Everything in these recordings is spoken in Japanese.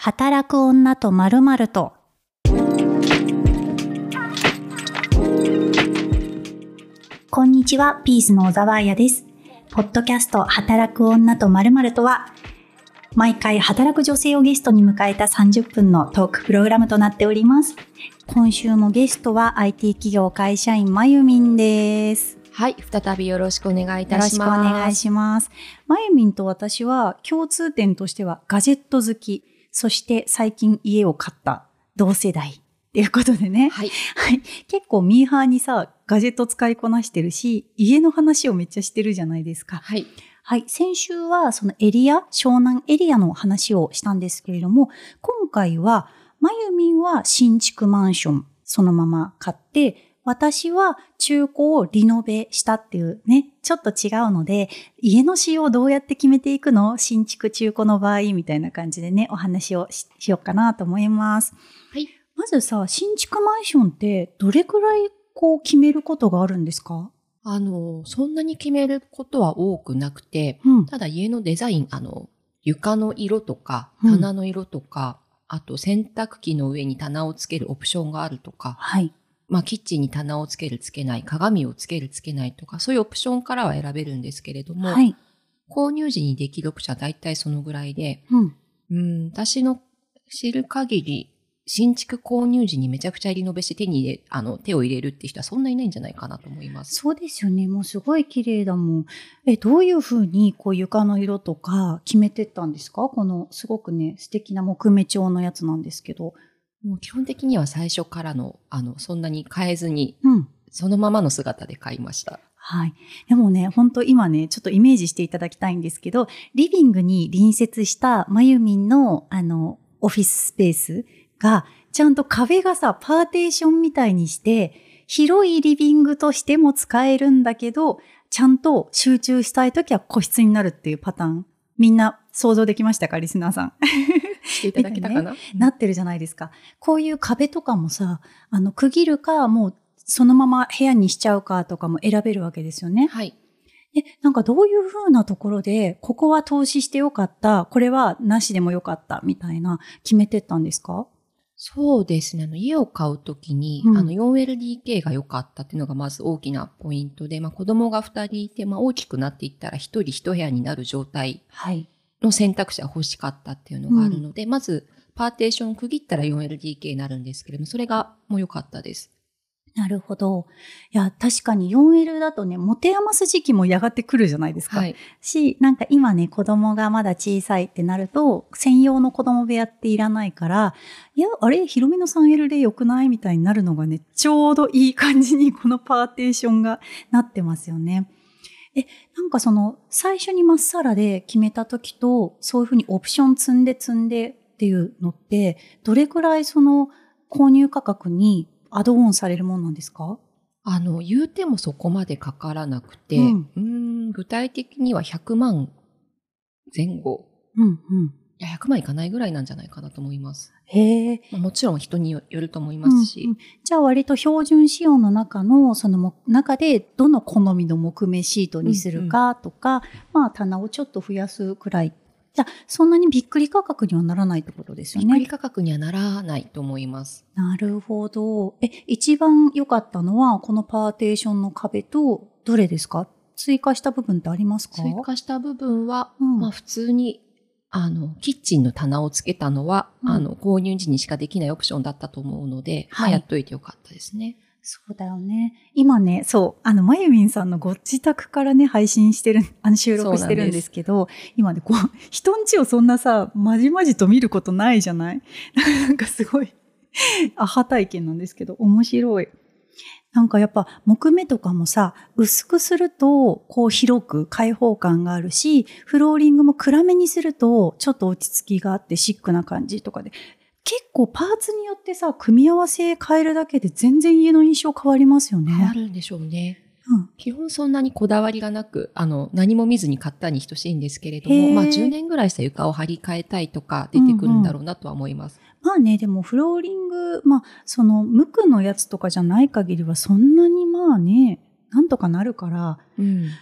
働く女と〇〇と。こんにちは、ピースの小沢彩です。ポッドキャスト働く女と〇〇とは、毎回働く女性をゲストに迎えた30分のトークプログラムとなっております。今週もゲストは IT 企業会社員まゆみんです。 はい、再びよろしくお願いいたします。 よろしくお願いします。まゆみんと私は共通点としてはガジェット好き、そして最近家を買った同世代っていうことでね。 はい。 はい。結構ミーハーにさ、ガジェット使いこなしてるし、家の話をめっちゃしてるじゃないですか。 はい。 はい。先週はその湘南エリアの話をしたんですけれども、今回はまゆみんは新築マンションそのまま買って、私は中古をリノベしたっていうね、ちょっと違うので、家の仕様をどうやって決めていくの？新築中古の場合みたいな感じでね、お話を しようかなと思います。 はい。 まずさ、新築マンションってどれくらい決めることがあるんですか？ そんなに決めることは多くなくて、ただ家のデザイン、床の色とか、棚の色とか、あと洗濯機の上に棚をつけるオプションがあるとか、 はい。 キッチンに棚をつけるつけない、鏡をつけるつけないとか、そういうオプションからは選べるんですけれども、 はい。 購入時にできるオプションは大体そのぐらいで、私の知る限り、新築購入時にめちゃくちゃリノベして手を入れるって人はそんなにいないんじゃないかなと思います。 そうですよね。もうすごい綺麗だもん。どういうふうに床の色とか決めてったんですか？このすごくね、素敵な木目調のやつなんですけど。 もう基本的には最初からの、そんなに変えずに、そのままの姿で買いました。 はい。でもね、本当今ね、ちょっとイメージしていただきたいんですけど、リビングに隣接したまゆみんの、オフィススペースが、ちゃんと壁がさ、パーテーションみたいにして、広いリビングとしても使えるんだけど、ちゃんと集中したいときは個室になるっていうパターン。みんな想像できましたか？リスナーさん。 していただけたかな、 なってるじゃないですか。こういう壁とかもさ、区切るか、もうそのまま部屋にしちゃうかとかも選べるわけですよね。 はい。 で、なんかどういう風なところで、ここは投資してよかった、これはなしでもよかったみたいな決めてったんですか？ そうですね。家を買うときに、4LDK が良かったっていうのがまず大きなポイントで、子供が2人いて、大きくなっていったら1人1部屋になる状態の選択肢が欲しかったっていうのがあるので、まずパーテーション区切ったら 4LDK になるんですけれども、それがもう良かったです。 なるほど。いや、確かに 4L だとね、持て余す時期もやがて来るじゃないですか。 はい。 なんか今ね、子供がまだ小さいってなると、専用の子供部屋っていらないから、いや、あれ、広めの 3L で良くないみたいになるのがね、ちょうどいい感じにこのパーテーションがなってますよね。なんか最初にまっさらで決めた時と、そういうふうにオプション積んでっていうのって、どれくらい購入価格にアドオンされるものなんですか？ 言うてもそこまでかからなくて、具体的には100万前後。いや、100万いかないぐらいなんじゃないかなと思います。 へえ。 もちろん人によると思いますし。 じゃあ割と標準仕様の中の、中でどの好みの木目シートにするかとか、棚をちょっと増やすくらい。じゃあ、そんなにびっくり価格にはならないってことですよね。 びっくり価格にはならないと思います。 なるほど。一番良かったのは、このパーテーションの壁と、どれですか？追加した部分ってありますか？ 追加した部分は、普通に、キッチンの棚をつけたのは、購入時にしかできないオプションだったと思うので、やっといてよかったですね。 そうだよね。今ね、まゆみんさんのご自宅からね、配信してる、収録してるんですけど、今ね、人ん家をそんなさ、まじまじと見ることないじゃない？なんかすごい、アハ体験なんですけど、面白い。なんかやっぱ木目とかもさ、薄くすると広く開放感があるし、フローリングも暗めにするとちょっと落ち着きがあってシックな感じとかで、結構パーツによってさ、組み合わせ変えるだけで全然家の印象変わりますよね。 変わるんでしょうね。基本そんなにこだわりがなく、何も見ずに買ったに等しいんですけれども、10年ぐらいした床を張り替えたいとか出てくるんだろうなとは思います。 でもフローリング、無垢のやつとかじゃない限りはそんなになんとかなるから、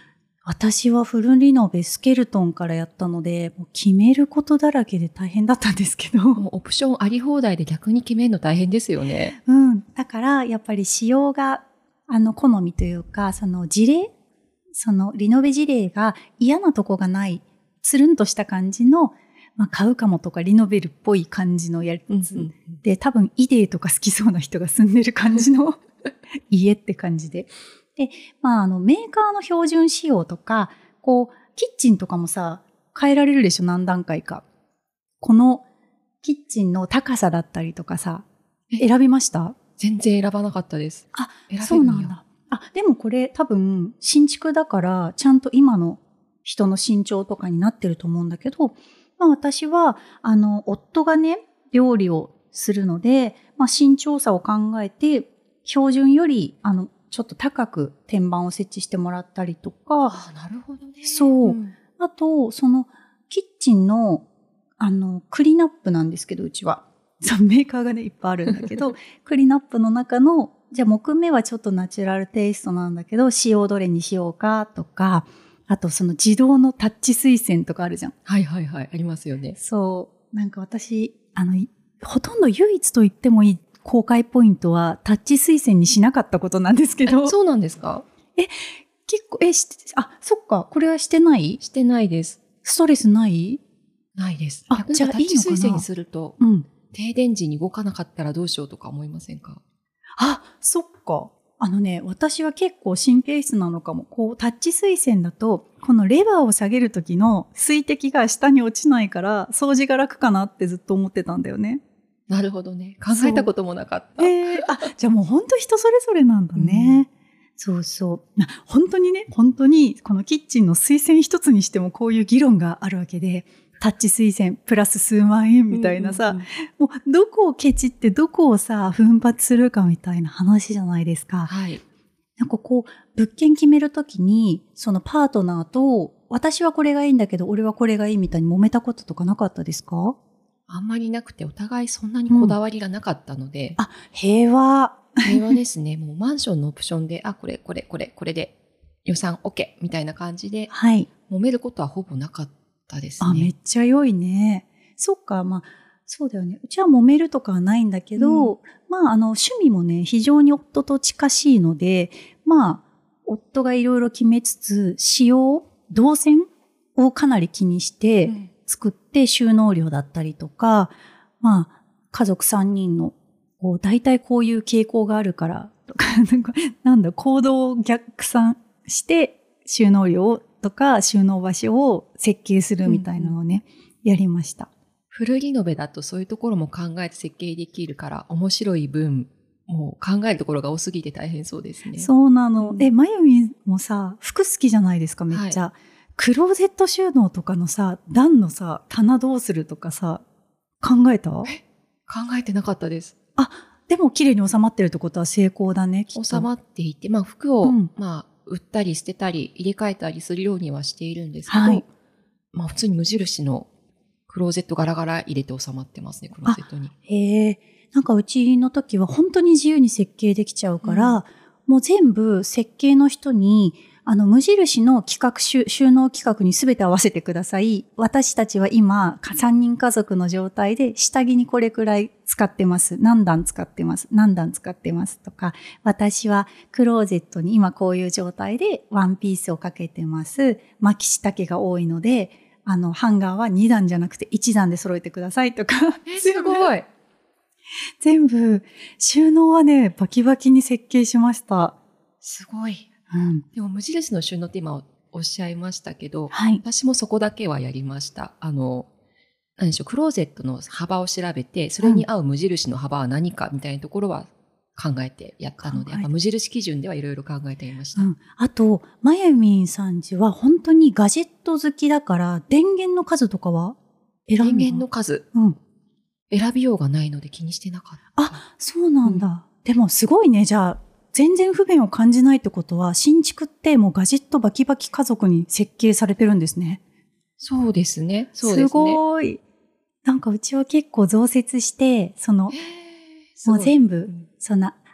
私はフルリノベスケルトンからやったので、もう決めることだらけで大変だったんですけど。 もうオプションあり放題で逆に決めるの大変ですよね。 うん。だからやっぱり仕様が好みというか、その事例、そのリノベ事例が嫌なとこがない、つるんとした感じの、買うかもとかリノベルっぽい感じのやつ、で、多分イデーとか好きそうな人が住んでる感じの家って感じで。で、メーカーの標準仕様とか、キッチンとかもさ、変えられるでしょ、何段階か。このキッチンの高さだったりとかさ、選びました？ 全然選ばなかったです。 そうなんだ。でもこれ多分新築だからちゃんと今の人の身長とかになってると思うんだけど、私は夫がね料理をするので、身長差を考えて標準よりちょっと高く天板を設置してもらったりとか。 なるほどね。 そう。あとそのキッチンのクリナップなんですけど、うちは。メーカーがね、いっぱいあるんだけど、クリナップの中の、じゃあ木目はちょっとナチュラルテイストなんだけど、仕様どれにしようかとか、あとその自動のタッチ水栓とかあるじゃん。 はいはいはい、ありますよね。 そう。なんか私、ほとんど唯一と言ってもいい公開ポイントは、タッチ水栓にしなかったことなんですけど。 そうなんですか？ 結構、そっか、これはしてない？ してないです。 ストレスない？ ないです。 じゃあいいのかな？ タッチ水栓にすると、停電時に動かなかったらどうしようとか思いませんか？ そっか。私は結構神経質なのかも。タッチ水栓だと、このレバーを下げる時の水滴が下に落ちないから、掃除が楽かなってずっと思ってたんだよね。 なるほどね。考えたこともなかった。 じゃあもう本当人それぞれなんだね。そうそう。本当にこのキッチンの水栓一つにしてもこういう議論があるわけで、タッチ水栓プラス数万円みたいなさ、もうどこをケチってどこをさ、奮発するかみたいな話じゃないですか。 はい。 なんか物件決めるときに、そのパートナーと、私はこれがいいんだけど、俺はこれがいいみたいに揉めたこととかなかったですか？ あんまりなくて、お互いそんなにこだわりがなかったので。 平和。 平和ですね。もうマンションのオプションで、これで予算 OK みたいな感じで、揉めることはほぼなかったですね。 めっちゃ良いね。そっか、そうだよね。うちは揉めるとかはないんだけど、趣味もね、非常に夫と近しいので、夫がいろいろ決めつつ、使用、動線をかなり気にして作って収納量だったりとか、家族3人の、大体こういう傾向があるから、とか、行動を逆算して収納量とか収納場所を設計するみたいなのをね、やりました。 フルリノベだとそういうところも考えて設計できるから面白い分、もう考えるところが多すぎて大変そうですね。 そうなの。まゆみもさ、服好きじゃないですか、めっちゃ。クローゼット収納とかのさ、段のさ、棚どうするとかさ、考えた？考えてなかったです。 でも綺麗に収まってるってことは成功だね、きっと。 収まっていて、服を、売ったり捨てたり入れ替えたりするようにはしているんですけど、普通に無印のクローゼットガラガラ入れて収まってますね、クローゼットに。 なんかうちの時は本当に自由に設計できちゃうから、もう全部設計の人に、無印の収納企画に全て合わせてください。私たちは今、3人家族の状態で下着にこれくらい使ってます。何段使ってます。何段使ってますとか、私はクローゼットに今こういう状態でワンピースをかけてます。巻き下丈が多いので、ハンガーは2段じゃなくて1段で揃えてくださいとか。 すごい。 全部、収納はね、バキバキに設計しました。 すごい。でも無印の収納って今おっしゃいましたけど、私もそこだけはやりました。何でしょう、クローゼットの幅を調べて、それに合う無印の幅は何かみたいなところは考えてやったので、やっぱ無印基準ではいろいろ考えていました。 あと、まゆみんさんちは本当にガジェット好きだから、電源の数とかは電源の数、選びようがないので気にしてなかった。 そうなんだ。でもすごいね、じゃあ、全然不便を感じないってことは、新築ってもうガジェットバキバキ家族に設計されてるんですね。 そうですね。そうですね。 すごい。なんかうちは結構増設して、もう全部、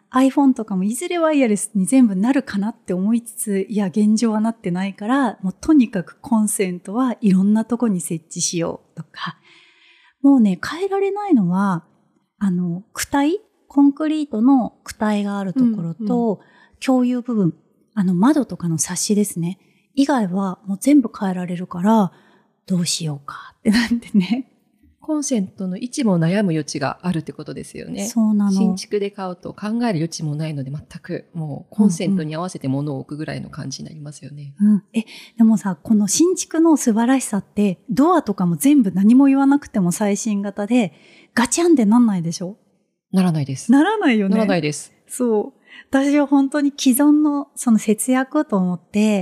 iPhone とかもいずれワイヤレスに全部なるかなって思いつつ、いや現状はなってないから、もうとにかくコンセントはいろんなとこに設置しようとか、もうね、変えられないのは、躯体、コンクリートの躯体があるところと、共有部分、窓とかのサッシですね。以外はもう全部変えられるから、どうしようかってなってね。 コンセントの位置も悩む余地があるってことですよね。 そうなの。 新築で買うと考える余地もないので、全くもうコンセントに合わせて物を置くぐらいの感じになりますよね。 でもさ、この新築の素晴らしさって、ドアとかも全部何も言わなくても最新型で、ガチャンってなんないでしょ？ ならないです。 ならないよね。 ならないです。 そう。私は本当に既存のその節約と思って、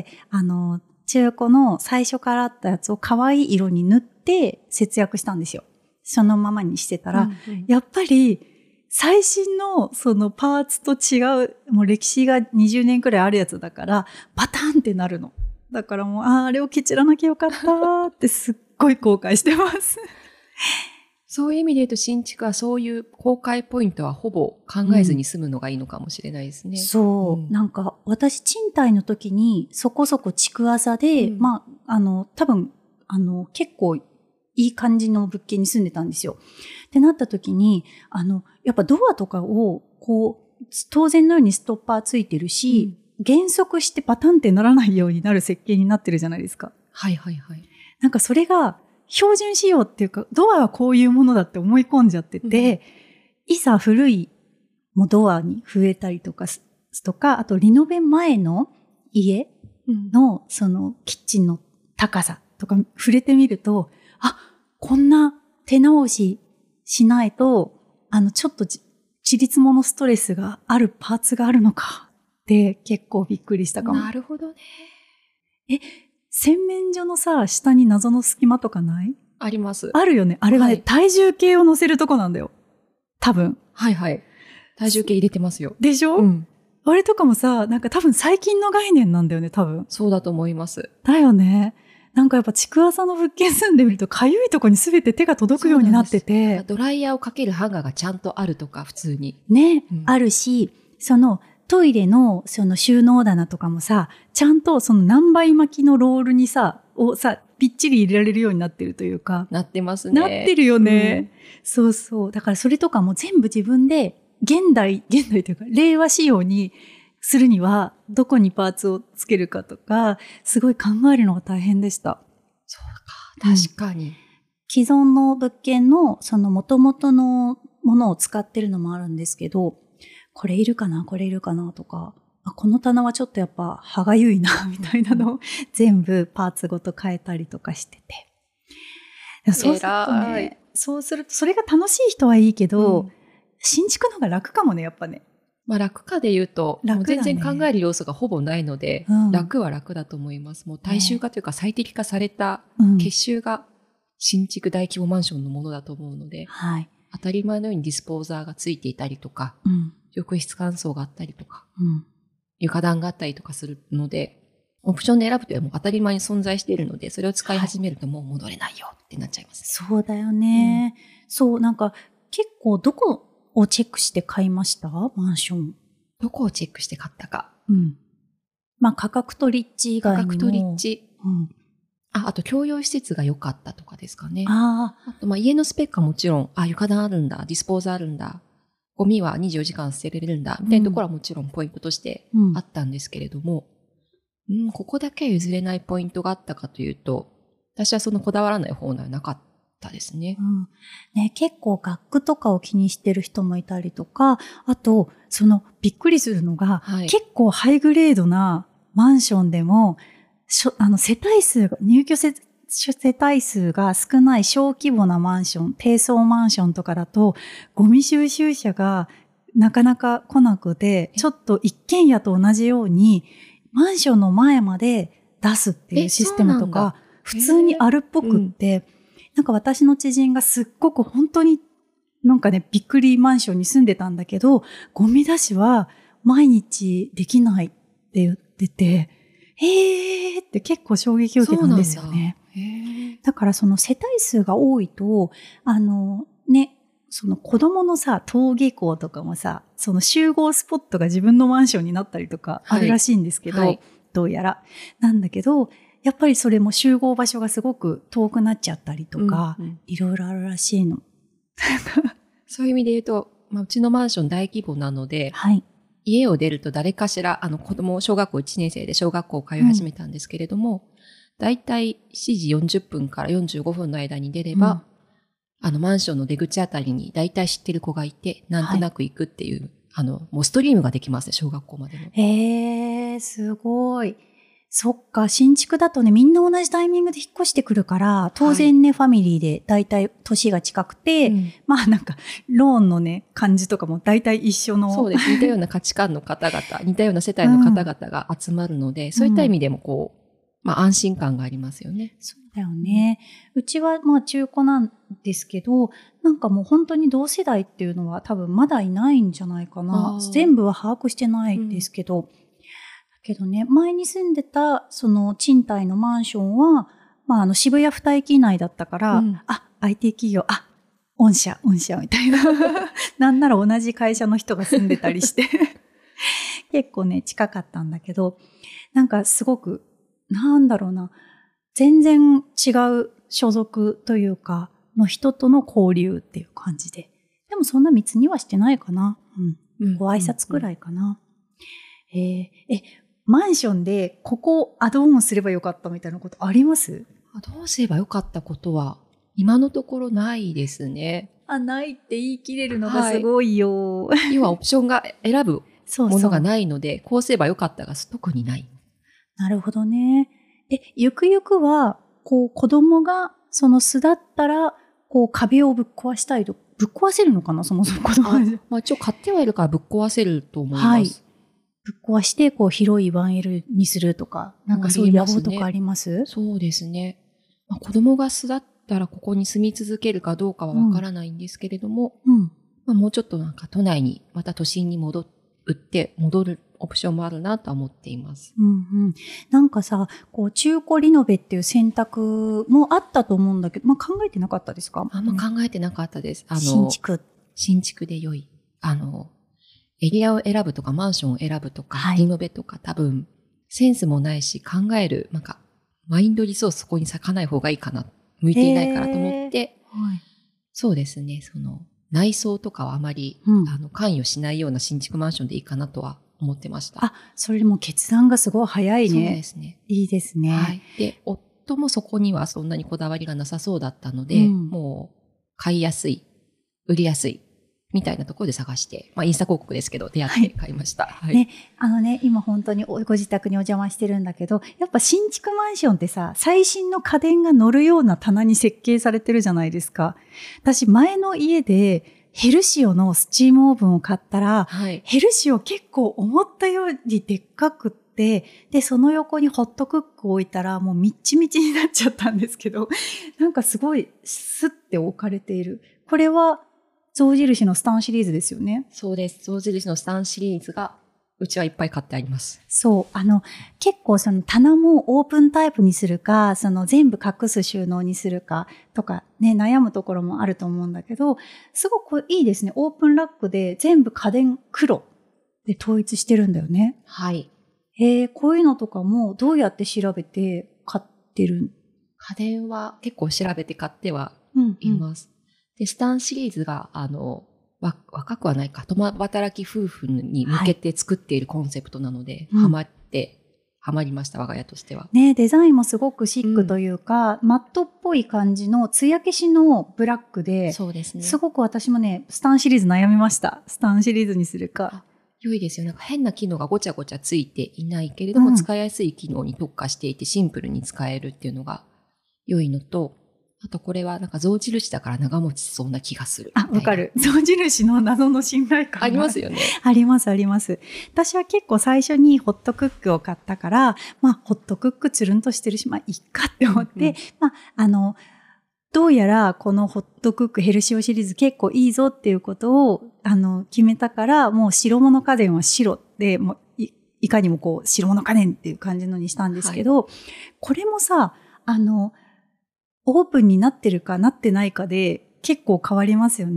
中古の最初からあったやつを可愛い色に塗って節約したんですよ。そのままにしてたら、やっぱり最新のそのパーツと違う、もう歴史が20年くらいあるやつだから、パターンってなるの。だからもう、あれをケチらなきゃよかったってすっごい後悔してます。 そういう意味で言うと新築はそういう公開ポイントはほぼ考えずに済むのがいいのかもしれないですね。 そう。なんか私賃貸の時にそこそこ築浅で、多分、結構いい感じの物件に住んでたんですよ。ってなった時に、やっぱドアとかを当然のようにストッパーついてるし、減速してパタンってならないようになる設計になってるじゃないですか。 はいはいはい。 なんかそれが標準仕様っていうか、ドアはこういうものだって思い込んじゃってて、いざ古いもうドアに増えたりとか、あとリノベ前の家のそのキッチンの高さとか触れてみると、こんな手直ししないと、ちょっとちりつものストレスがあるパーツがあるのかって結構びっくりしたかも。 なるほどね。 洗面所のさ、下に謎の隙間とかない？ あります。 あるよね。あれはね、体重計を乗せるとこなんだよ。多分。 はいはい。体重計入れてますよ。 でしょ？あれとかもさ、なんか多分最近の概念なんだよね、多分。 そうだと思います。 だよね。なんかやっぱ築浅の物件住んでみると、かゆいとこに全て手が届くようになってて。 ドライヤーをかけるハンガーがちゃんとあるとか、普通に。 ね、あるし、そのトイレのその収納棚とかもさ、ちゃんとその何倍巻きのロールにぴっちり入れられるようになってるというか。 なってますね。 なってるよね。そうそう。だからそれとかも全部自分で現代というか、令和仕様にするには、どこにパーツをつけるかとか、すごい考えるのが大変でした。 そうか、確かに。 既存の物件のその元々のものを使ってるのもあるんですけど、これいるかなとか、この棚はちょっとやっぱ歯がゆいなみたいなのを全部パーツごと変えたりとかしてて。そうするとそれが楽しい人はいいけど、新築の方が楽かもね、やっぱね。 楽かで言うと、もう全然考える要素がほぼないので、楽は楽だと思います。もう大衆化というか最適化された結集が新築大規模マンションのものだと思うので、当たり前のようにディスポーザーがついていたりとか、浴室乾燥があったりとか、床暖があったりとかするので、オプションで選ぶというのはもう当たり前に存在しているので、それを使い始めるともう戻れないよってなっちゃいます。 そうだよね。そう、なんか結構どこをチェックして買いました？マンション。 どこをチェックして買ったか。 価格と立地以外にも。 価格と立地。あと共用施設が良かったとかですかね。あと家のスペックはもちろん、床暖あるんだ、ディスポーザーあるんだ、ゴミは24時間捨てれるんだ、みたいなところはもちろんポイントとしてあったんですけれども、ここだけ譲れないポイントがあったかというと、私はそのこだわらない方ではなかったですね。 結構学区とかを気にしてる人もいたりとか、あと、びっくりするのが、結構ハイグレードなマンションでも、世帯数が、入居世帯数が少ない小規模なマンション、低層マンションとかだと、ゴミ収集車がなかなか来なくて、ちょっと一軒家と同じように、マンションの前まで出すっていうシステムとか、普通にあるっぽくって、なんか私の知人がすっごく本当になんかね、びっくりマンションに住んでたんだけど、ゴミ出しは毎日できないって言ってて、って結構衝撃を受けたんですよね。だからその世帯数が多いと、 その子供のさ、登下校とかもさ、その集合スポットが自分のマンションになったりとかあるらしいんですけど、はい、どうやら。なんだけど、やっぱりそれも集合場所がすごく遠くなっちゃったりとか、いろいろあるらしいの。 そういう意味で言うと、うちのマンション大規模なので、はい、家を出ると誰かしら、子供、小学校1年生で小学校を通い始めたんですけれども、だいたい7時40分から45分の間に出れば、マンションの出口あたりにだいたい知ってる子がいて、なんとなく行くっていう、もうストリームができますね、小学校までの。 へー、すごい。そっか、新築だとね、みんな同じタイミングで引っ越してくるから、当然ね、はい、ファミリーでだいたい年が近くて、なんか、ローンのね、感じとかもだいたい一緒の。 そうです。似たような価値観の方々、似たような世帯の方々が集まるので、そういった意味でも安心感がありますよね。 そうだよね。うちは中古なんですけど、なんかもう本当に同世代っていうのは多分まだいないんじゃないかな。全部は把握してないですけど、けどね、前に住んでた、その賃貸のマンションは、渋谷二駅内だったから、IT 企業、御社みたいな。なんなら同じ会社の人が住んでたりして。結構ね、近かったんだけど、なんかすごく、なんだろうな、全然違う所属というか、の人との交流っていう感じで。でもそんな密にはしてないかな。ご挨拶くらいかな。マンションでここアドオンすればよかったみたいなことあります？ どうすればよかったことは今のところないですね。 ないって言い切れるのがすごいよ。 今オプションが選ぶものがないので、こうすればよかったが特にない。 なるほどね。ゆくゆくは子供がその巣だったら壁をぶっ壊したいと、ぶっ壊せるのかな、そもそも子供は。一応買ってはいるからぶっ壊せると思います。 はい。ぶっ壊して広い 1L にするとか、なんかそういう野望とかあります？ そうですね。子供が巣だったらここに住み続けるかどうかはわからないんですけれども、もうちょっとなんか都内にまた都心に戻るオプションもあるなとは思っています。 なんかさ、中古リノベっていう選択もあったと思うんだけど、考えてなかったですか？ あんま考えてなかったです。 新築で良い。エリアを選ぶとか、マンションを選ぶとか、リノベとか、多分、センスもないし、考える、マインドリソースそこに咲かない方がいいかな、向いていないからと思って、そうですね、内装とかはあまり、関与しないような新築マンションでいいかなとは思ってました。 それも決断がすごい早いね。 そうですね。 いいですね。 はい。で、夫もそこにはそんなにこだわりがなさそうだったので、もう、買いやすい、売りやすい、みたいなところで探して、インスタ広告ですけど、出会って買いました。 今本当にご自宅にお邪魔してるんだけど、やっぱ新築マンションってさ、最新の家電が乗るような棚に設計されてるじゃないですか。私、前の家で、ヘルシオのスチームオーブンを買ったら、ヘルシオ結構思ったよりでっかくって、で、その横にホットクックを置いたら、もうみっちみちになっちゃったんですけど、なんかすごいスッて置かれている。これは、象印のスタンシリーズですよね。 そうです。象印のスタンシリーズが、うちはいっぱい買ってあります。 そう。結構その棚もオープンタイプにするか、全部隠す収納にするかとかね、悩むところもあると思うんだけど、すごくいいですね。オープンラックで全部家電黒で統一してるんだよね。 はい。 こういうのとかもどうやって調べて買ってる？ 家電は結構調べて買ってはいます。で、スタンシリーズが、若くはないか、共働き夫婦に向けて作っているコンセプトなので、ハマりました、我が家としては。 ね、デザインもすごくシックというか、マットっぽい感じの艶消しのブラックで、 そうですね。 すごく私もね、スタンシリーズ悩みました。スタンシリーズにするか。 良いですよ。なんか変な機能がごちゃごちゃついていないけれども、使いやすい機能に特化していてシンプルに使えるっていうのが良いのと、あとこれはなんか象印だから長持ちしそうな気がする。 わかる。象印の謎の信頼感ありますよね。 ありますあります。私は結構最初にホットクックを買ったから、ホットクックつるんとしてるし、いっかって思って、どうやらこのホットクックヘルシオシリーズ結構いいぞっていうことを決めたから、もう白物家電は白で、もういかにも白物家電っていう感じのにしたんですけど、これもさ、オープンになってるかなってないかで結構変わりますよね。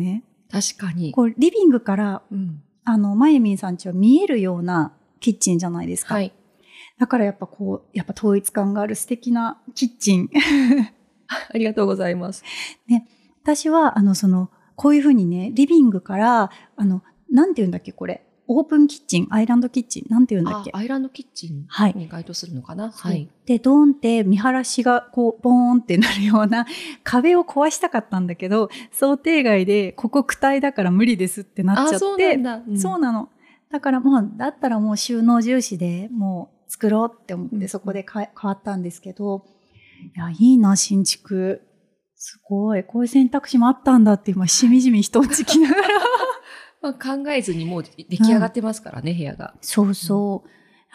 確かに。 こうリビングから、まゆみんさん家は見えるようなキッチンじゃないですか。はい。だからやっぱ統一感がある素敵なキッチン。 ありがとうございます。 ね、私は、こういうふうにね、リビングから、なんて言うんだっけ、これ。オープンキッチン、アイランドキッチン、なんて言うんだっけ。 アイランドキッチンに該当するのかな。 はい。で、ドーンって見晴らしがこう、ボーンってなるような壁を壊したかったんだけど、想定外で、ここ躯体だから無理ですってなっちゃって。 そうなんだ。 そうなの。だからだったらもう収納重視でもう作ろうって思ってそこで変わったんですけど、いや、いいな、新築。すごい。こういう選択肢もあったんだって今、しみじみ人をつきながら。 考えずにもう出来上がってますからね、部屋が。 そうそう。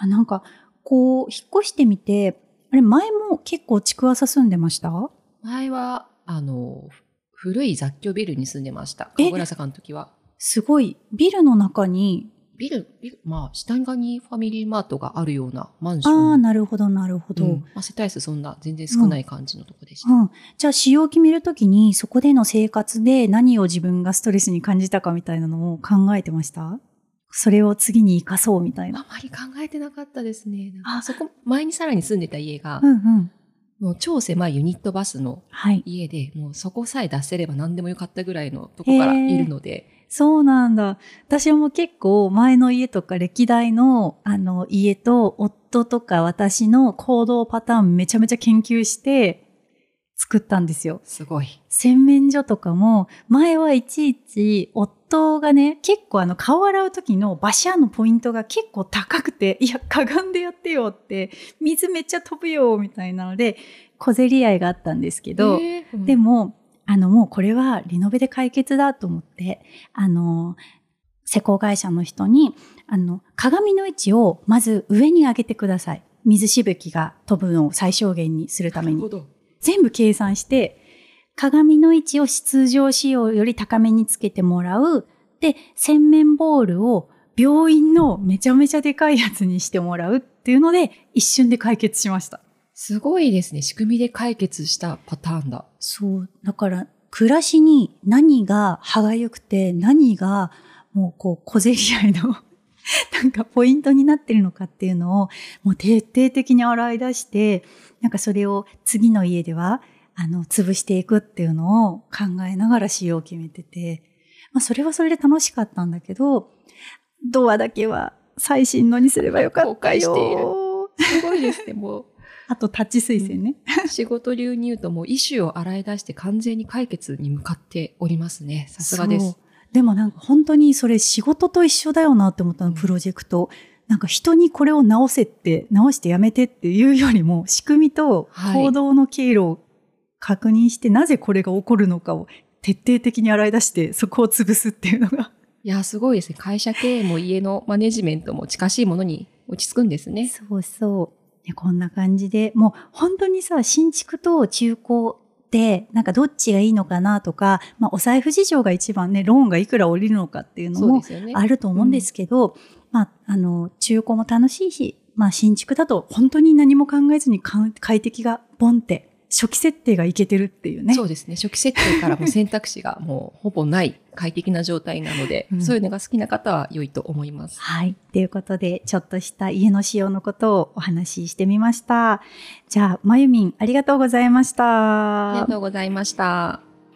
なんか、こう、引っ越してみて、あれ、前も結構築浅住んでました？ 前は、古い雑居ビルに住んでました。神楽坂の時は。 すごい。ビルの中に、 下にファミリーマートがあるようなマンション。 ああ、なるほど、なるほど。 世帯数そんな全然少ない感じのとこでした。 じゃあ、使用を決めるときに、そこでの生活で何を自分がストレスに感じたかみたいなのを考えてました？それを次に生かそうみたいな。 あまり考えてなかったですね。前にさらに住んでた家が、もう超狭いユニットバスの家で、もうそこさえ出せれば何でもよかったぐらいのとこからいるので。 そうなんだ。私も結構前の家とか歴代の家と夫とか私の行動パターンめちゃめちゃ研究して作ったんですよ。 すごい。 洗面所とかも前はいちいち夫がね、結構顔洗う時のバシャーのポイントが結構高くて、いや、かがんでやってよって、水めっちゃ飛ぶよみたいなので小競り合いがあったんですけど、でももうこれはリノベで解決だと思って、施工会社の人に、鏡の位置をまず上に上げてください。水しぶきが飛ぶのを最小限にするために。全部計算して、鏡の位置を通常仕様より高めにつけてもらう。で、洗面ボールを病院のめちゃめちゃでかいやつにしてもらうっていうので、一瞬で解決しました。 すごいですね。仕組みで解決したパターンだ。 そう。だから、暮らしに何が歯がゆくて、何がもうこう小競り合いのなんかポイントになってるのかっていうのをもう徹底的に洗い出して、なんかそれを次の家では潰していくっていうのを考えながら使用を決めてて、それはそれで楽しかったんだけど、ドアだけは最新のにすればよかったよ。 後悔している。すごいですね、もう。 あとタッチ水栓ね。 仕事流に言うともうイシューを洗い出して完全に解決に向かっておりますね。さすがです。 でもなんか本当にそれ仕事と一緒だよなって思ったの、プロジェクト。なんか人にこれを直してやめてっていうよりも、仕組みと行動の経路を確認して、なぜこれが起こるのかを徹底的に洗い出して、そこを潰すっていうのが。 いや、すごいですね。会社経営も家のマネジメントも近しいものに落ち着くんですね。 そうそう。こんな感じで、もう本当にさ、新築と中古で、なんかどっちがいいのかなとか、お財布事情が一番ね、ローンがいくら降りるのかっていうのもあると思うんですけど、中古も楽しいし、新築だと本当に何も考えずに快適がボンって、初期設定がいけてるっていうね。 そうですね。初期設定からも選択肢がもうほぼない快適な状態なので、そういうのが好きな方は良いと思います。 はい。ということで、ちょっとした家の仕様のことをお話ししてみました。じゃあ、まゆみん、ありがとうございました。 ありがとうございました。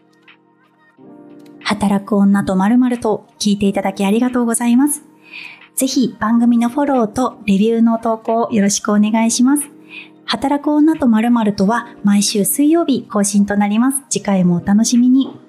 働く女と〇〇と聞いていただきありがとうございます。ぜひ番組のフォローとレビューの投稿よろしくお願いします。働く女と〇〇とは毎週水曜日更新となります。次回もお楽しみに。